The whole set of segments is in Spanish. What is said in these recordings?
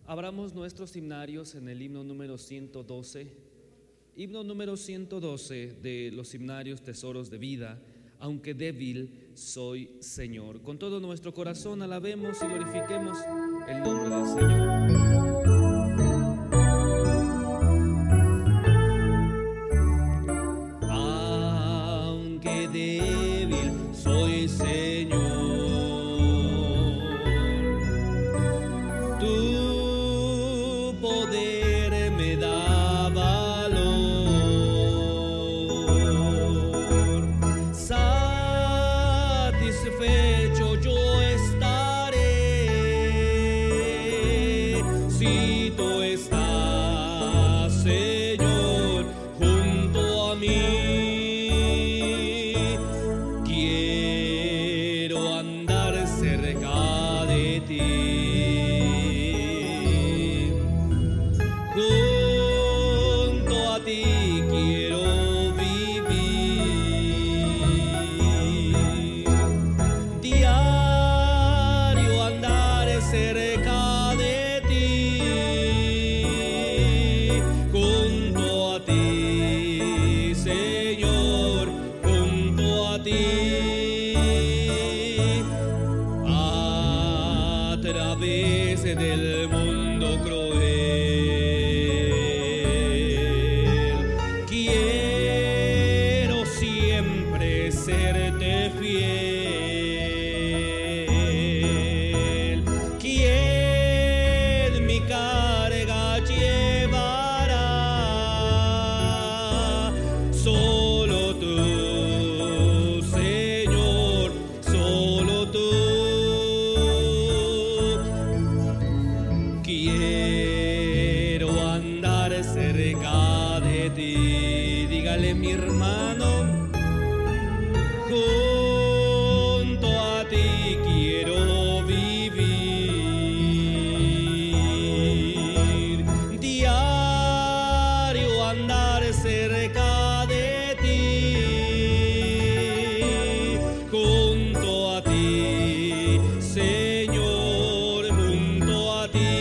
Abramos nuestros himnarios en el himno número 112. Himno número 112 de los himnarios Tesoros de Vida. Aunque débil soy Señor. Con todo nuestro corazón alabemos y glorifiquemos el nombre del Señor. Aunque débil soy Señor, tu poder me da valor. Satisfecho yo estaré si tú estás, Señor, junto a mí. Quiero andar cerca de ti, junto a ti quiero vivir. Diario andar cerca de ti, junto a ti, Señor, junto a ti. A través del mundo cruel, quiero siempre serte fiel. ¿Quién mi carga llevará? Solo tú, Señor, solo tú. Quiero andar cerca de ti. Dígale, mi hermano, junto a ti quiero vivir. Diario andar cerca de ti, junto a ti, Señor, junto a ti.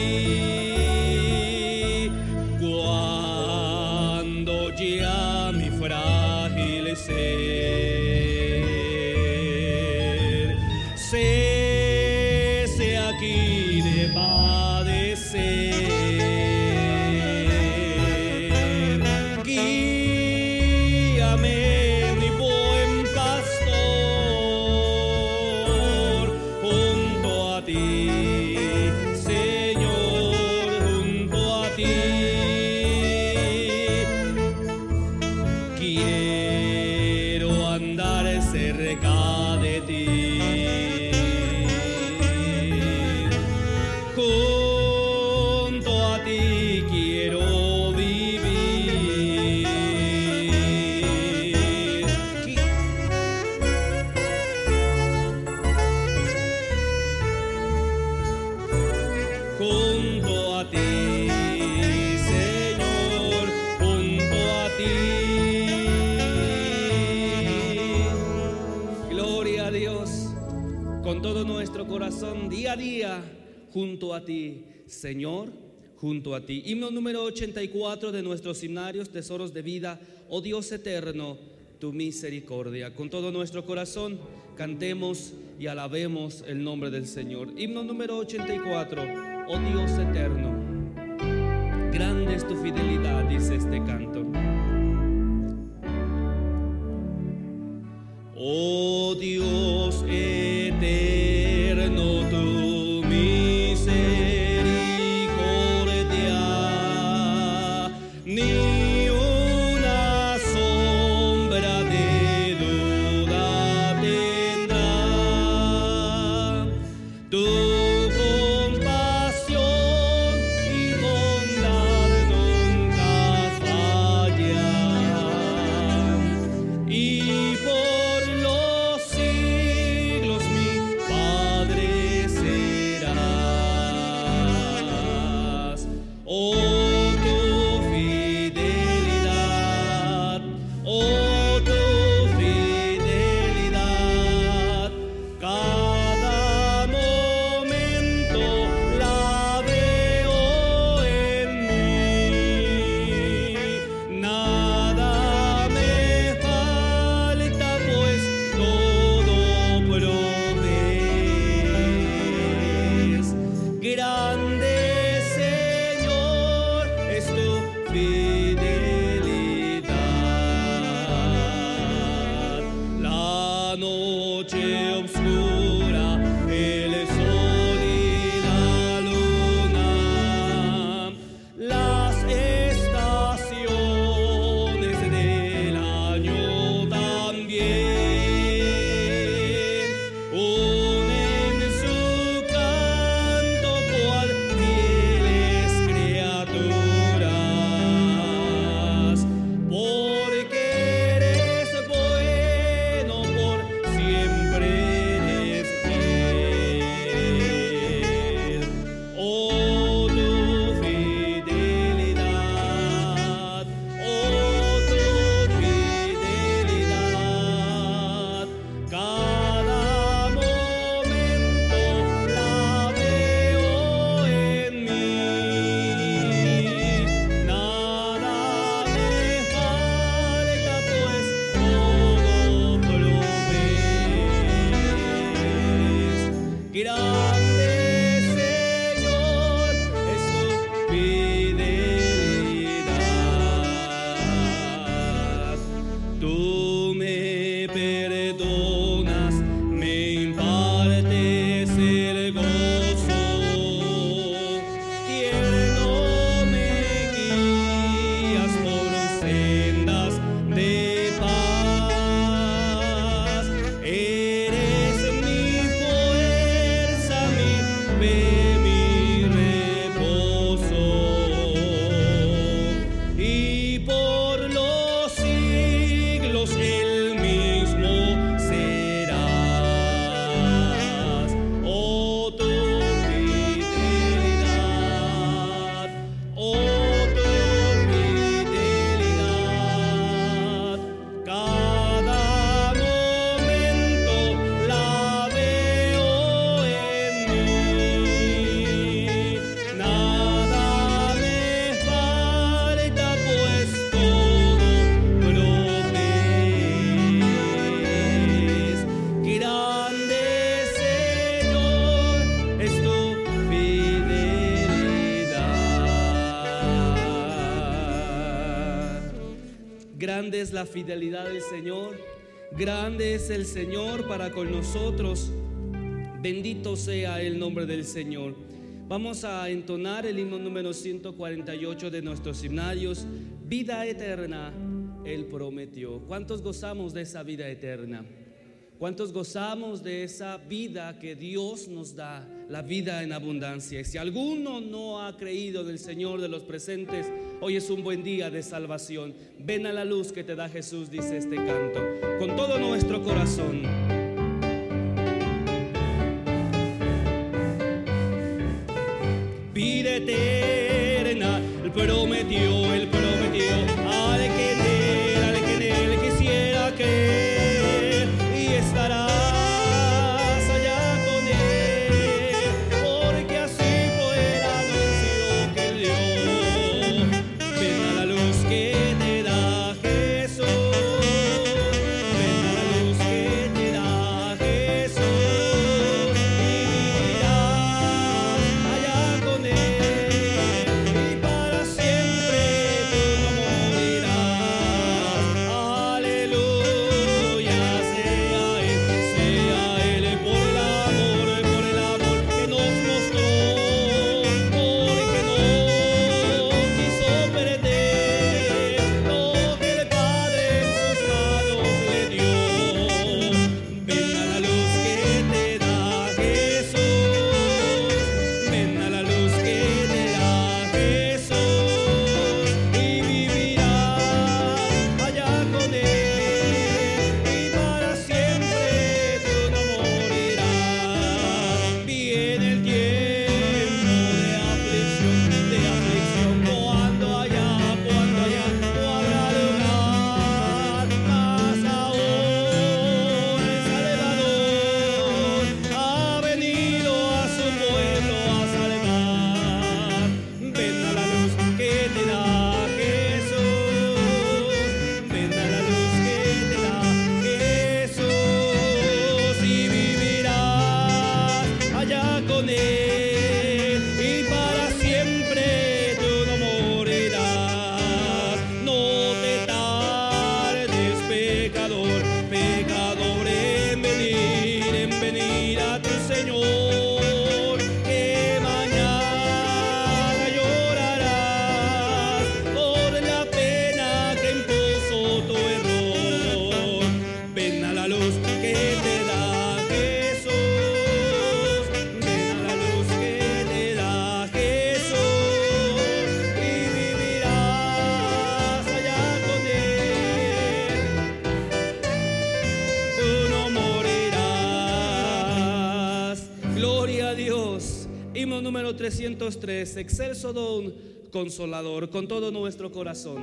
Cuando ya mi frágil ser cese aquí de padecer, guíame, mi buen pastor, junto a ti, Señor, junto a ti. Quiero andar cerca de ti, junto a ti quiero vivir. Junto a ti, Señor, junto a ti. Gloria a Dios, con todo nuestro corazón, día a día, junto a ti, Señor, junto a ti. Himno número 84 de nuestros himnarios Tesoros de Vida. Oh Dios eterno, tu misericordia. Con todo nuestro corazón, cantemos y alabemos el nombre del Señor. Himno número 84. Oh Dios eterno, grande es tu fidelidad, dice este canto. Oh Dios eterno, tu misericordia, ni una sombra de duda tendrá. Tu compasión y bondad nunca fallan, y por los siglos Grande, Señor, es tu fidelidad. La noche oscura, el sol y la luna, las estaciones del año también unen su canto cual fieles criaturas, porque eres bueno, por siempre eres fiel. Oh, tu fidelidad, cada momento la veo en mí. Nada me falta, pues todo provees. Grande, Señor, es tu fidelidad. Tú me perdonas, me impartes el gozo, tierno me guías por sendas de paz. Eres mi fuerza, mi fe, mi reposo, y por los siglos el mismo serás. Oh, tu fidelidad, oh, tu fidelidad, cada momento la veo en mí. Nada me falta, pues todo provees. Grande, Señor, es tu fidelidad. Grande es la fidelidad del Señor, grande es el Señor para con nosotros. Bendito sea el nombre del Señor. Vamos a entonar el himno número 148 de nuestros himnarios. Vida eterna, Él prometió. ¿Cuántos gozamos de esa vida eterna? ¿Cuántos gozamos de esa vida que Dios nos da, la vida en abundancia? Y si alguno no ha creído en el Señor de los presentes, hoy es un buen día de salvación. Ven a la luz que te da Jesús, dice este canto, con todo nuestro corazón. Vida eterna, Él prometió al que en Él quisiera creer, y estarás allá con Él, porque así fue el anuncio que Él dio. Ven a la luz que te da Jesús, ven a la luz que te da Jesús, y vivirás allá con Él, y para siempre número 303, Excelso Don Consolador, con todo nuestro corazón.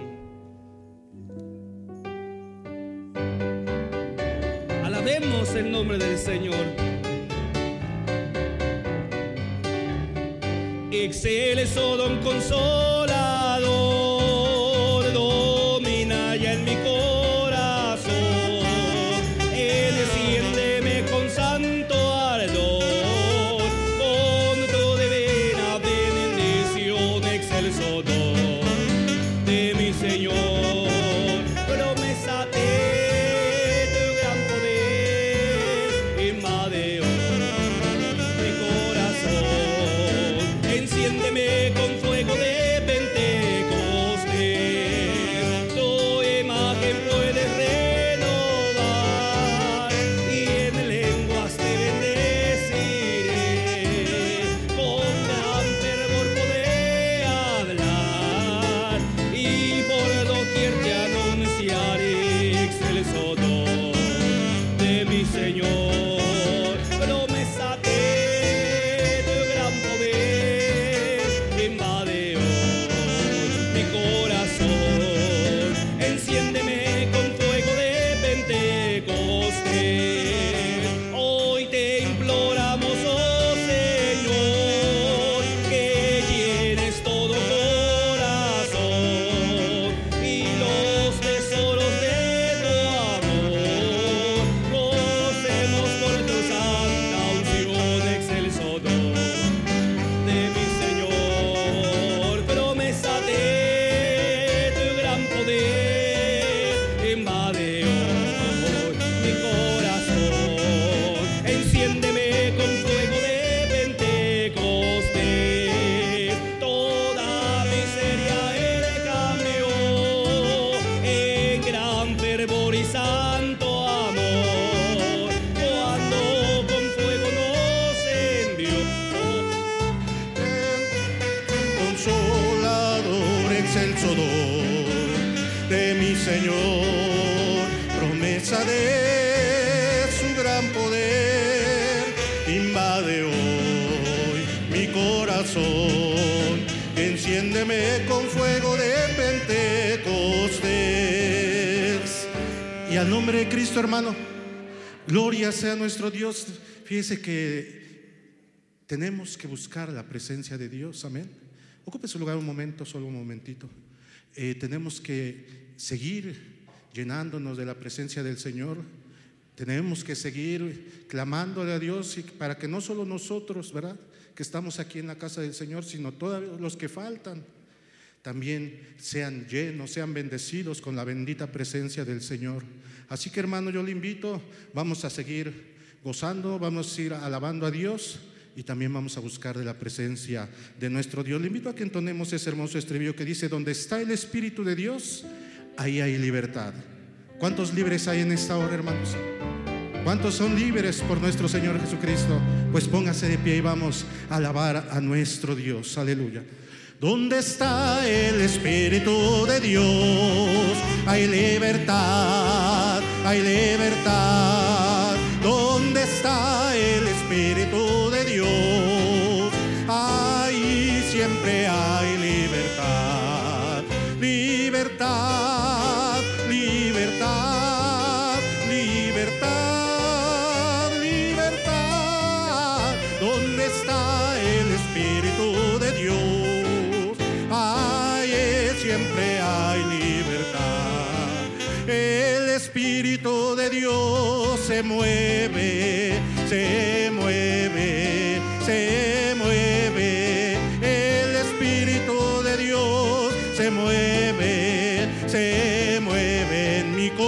Alabemos el nombre del Señor. Excelso Don Consolador, domina ya en mi corazón. Enciéndeme con santo ardor, con tu divina bendición. Excelso Don de mi Señor, promesa de tu gran poder, invade mi corazón. Enciéndeme con fuego de Pentecostés, tu imagen puedes renovar, y en lenguas te bendeciré, con gran fervor podré hablar, y por doquier te anunciaré. Excelso Don de mi Señor, promesa de tu gran poder, invade hoy mi corazón. Enciéndeme con fuego de Pentecostés. Hoy te imploramos, oh Señor, que llenes todo corazón y los tesoros de tu amor. Gocemos por tu santa unción. Excelso Don de mi Señor, promesa de tu gran poder, invade hoy mi corazón. Enciéndeme con fuego de Pentecostés, toda miseria Él cambió en gran fervor y santo amor, cuando con fuego nos envió. Consolador, excelso Don de mi Señor, promesa de su gran poder, invade hoy mi corazón. Enciéndeme con fuego de Pentecostés. Y al nombre de Cristo, hermano, gloria sea nuestro Dios. Fíjese que tenemos que buscar la presencia de Dios, amén. Ocupe su lugar un momento, solo un momentito. Tenemos que seguir llenándonos de la presencia del Señor. Tenemos que seguir clamándole a Dios, y para que no solo nosotros, ¿verdad?, que estamos aquí en la casa del Señor, sino todos los que faltan también sean llenos, sean bendecidos con la bendita presencia del Señor. Así que, hermano, yo le invito, vamos a seguir gozando, vamos a ir alabando a Dios, y también vamos a buscar de la presencia de nuestro Dios. Le invito a que entonemos ese hermoso estribillo que dice: donde está el Espíritu de Dios, ahí hay libertad. ¿Cuántos libres hay en esta hora, hermanos? ¿Cuántos son libres por nuestro Señor Jesucristo? Pues póngase de pie y vamos a alabar a nuestro Dios. Aleluya. Donde está el Espíritu de Dios, hay libertad, hay libertad. Donde está el Espíritu de Dios, ahí siempre hay libertad, libertad, libertad, libertad, libertad. Donde está el Espíritu de Dios, ahí siempre hay libertad. El Espíritu de Dios se mueve, se mueve, se mueve. El Espíritu de Dios se mueve, se mueve en mi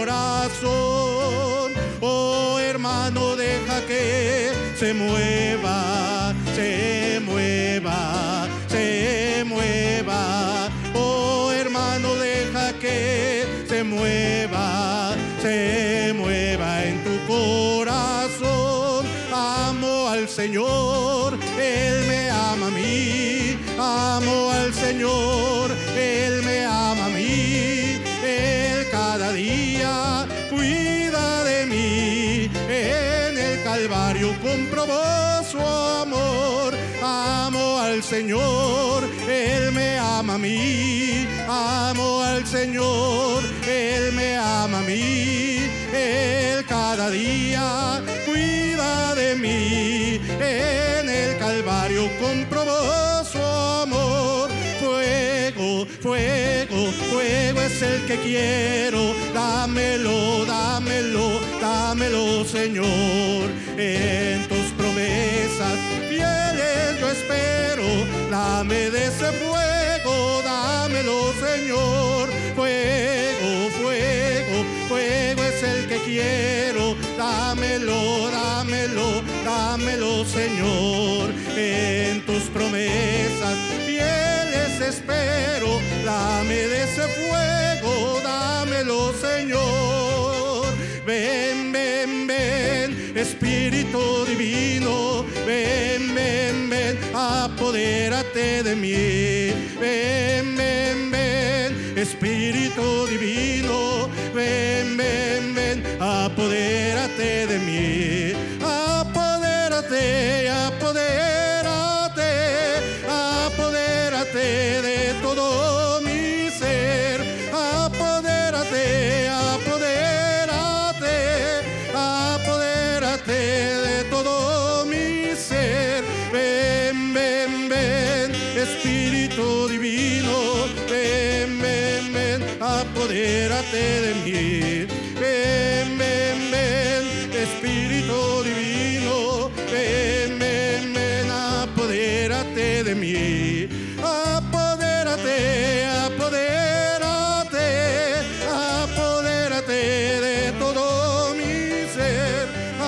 corazón. Oh, hermano, deja que se mueva, se mueva, se mueva. Oh, hermano, deja que se mueva, se mueva en tu corazón. Amo al Señor, Él me ama a mí. Amo al Señor, Él me ama a mí. Él cada día cuida de mí. En el Calvario comprobó su amor. Amo al Señor, Él me ama a mí. Amo al Señor, Él me ama a mí. Él cada día cuida de mí. En el Calvario comprobó su amor. Fuego, fuego, fuego es el que quiero. Dámelo, dámelo, dámelo, Señor. En tus promesas fieles yo espero. Dame de ese fuego, dámelo, Señor. Fuego, fuego, fuego es el que quiero. Dámelo, dámelo, dámelo, Señor. En tus promesas fieles espero. Dame de ese fuego, dámelo, Señor. Ven, ven, ven, Espíritu divino. Ven, ven, ven, apodérate de mí. Ven, ven, ven, Espíritu divino. Ven, ven, ven, apodérate de mí. Apodérate, apodérate, apodérate de todo mi ser. Apodérate, apodérate, apodérate de todo mi ser. Ven, ven, ven, Espíritu divino. Ven, ven, ven, apodérate de mí. Ven, ven, ven, Espíritu divino. Ven, ven, ven, apodérate de mí. Apodérate, apodérate, apodérate de todo mi ser.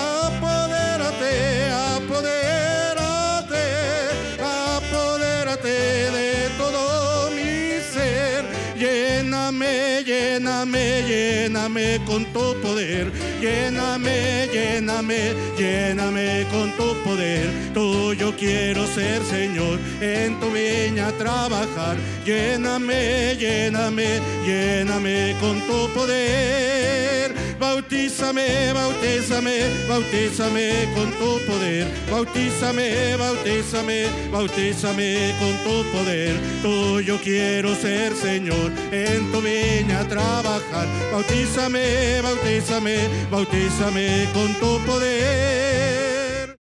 Apodérate, apodérate, apodérate de todo mi ser. Lléname, lléname, lléname con tu poder. Lléname, lléname, lléname con tu poder. Tuyo quiero ser, Señor, en tu viña trabajar. Lléname, lléname, lléname con tu poder. Bautízame, bautízame, bautízame con tu poder. Bautízame, bautízame, bautízame con tu poder. Tuyo quiero ser, Señor, en tu viña trabajar. Bautízame, bautízame, bautízame con tu poder.